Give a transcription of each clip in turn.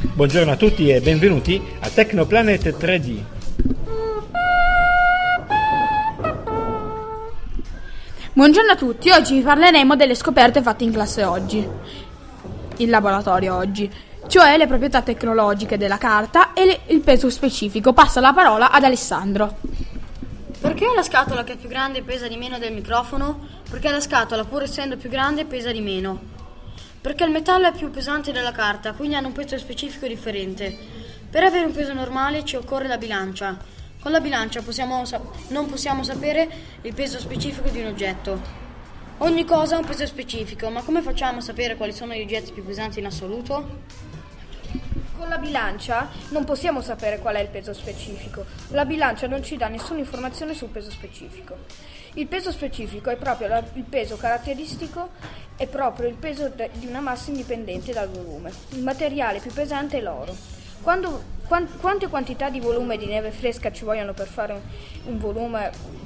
Buongiorno a tutti e benvenuti a Technoplanet 3D. Buongiorno a tutti, oggi vi parleremo delle scoperte fatte in classe oggi, in laboratorio oggi, cioè le proprietà tecnologiche della carta e il peso specifico. Passa la parola ad Alessandro. Perché la scatola che è più grande pesa di meno del microfono? Perché la scatola, pur essendo più grande, pesa di meno. Perché il metallo è più pesante della carta, quindi hanno un peso specifico differente. Per avere un peso normale ci occorre la bilancia. Con la bilancia non possiamo sapere il peso specifico di un oggetto. Ogni cosa ha un peso specifico, ma come facciamo a sapere quali sono gli oggetti più pesanti in assoluto? Con la bilancia non possiamo sapere qual è il peso specifico. La bilancia non ci dà nessuna informazione sul peso specifico. Il peso specifico è proprio il peso caratteristico, è proprio il peso di una massa indipendente dal volume. Il materiale più pesante è l'oro. Quante quantità di volume di neve fresca ci vogliono per fare un volume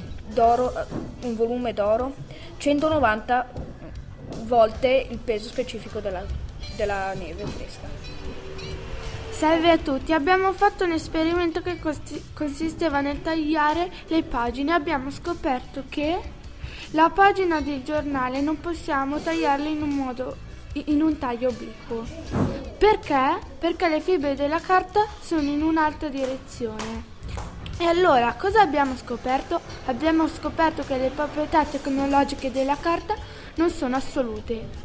d'oro? 190 volte il peso specifico della neve fresca. Salve a tutti, abbiamo fatto un esperimento che consisteva nel tagliare le pagine. Abbiamo scoperto che la pagina del giornale non possiamo tagliarla in un taglio obliquo. Perché? Perché le fibre della carta sono in un'altra direzione. E allora, cosa abbiamo scoperto? Abbiamo scoperto che le proprietà tecnologiche della carta non sono assolute,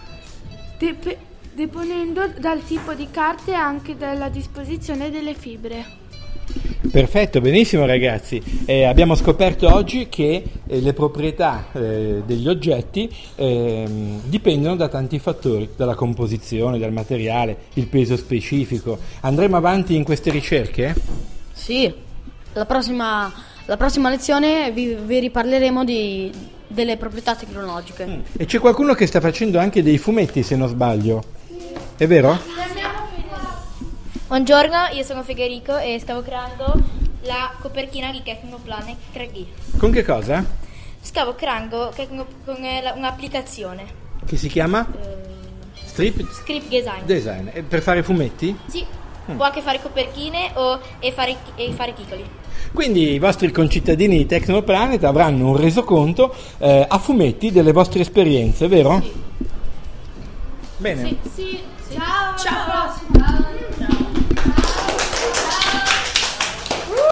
deponendo dal tipo di carta e anche dalla disposizione delle fibre. Perfetto, benissimo ragazzi. Abbiamo scoperto oggi che le proprietà degli oggetti dipendono da tanti fattori, dalla composizione, dal materiale, il peso specifico. Andremo avanti in queste ricerche? Sì, la prossima lezione vi riparleremo delle proprietà tecnologiche. E c'è qualcuno che sta facendo anche dei fumetti, se non sbaglio. È vero? Buongiorno, io sono Federico e stavo creando la copertina di Technoplanet 3D. Con che cosa? Stavo creando con un'applicazione. Che si chiama? Script Design. Design. Per fare fumetti? Sì, può anche fare copertine e fare titoli. Quindi i vostri concittadini di Technoplanet avranno un resoconto a fumetti delle vostre esperienze, vero? Sì. Bene. Sì. Ciao!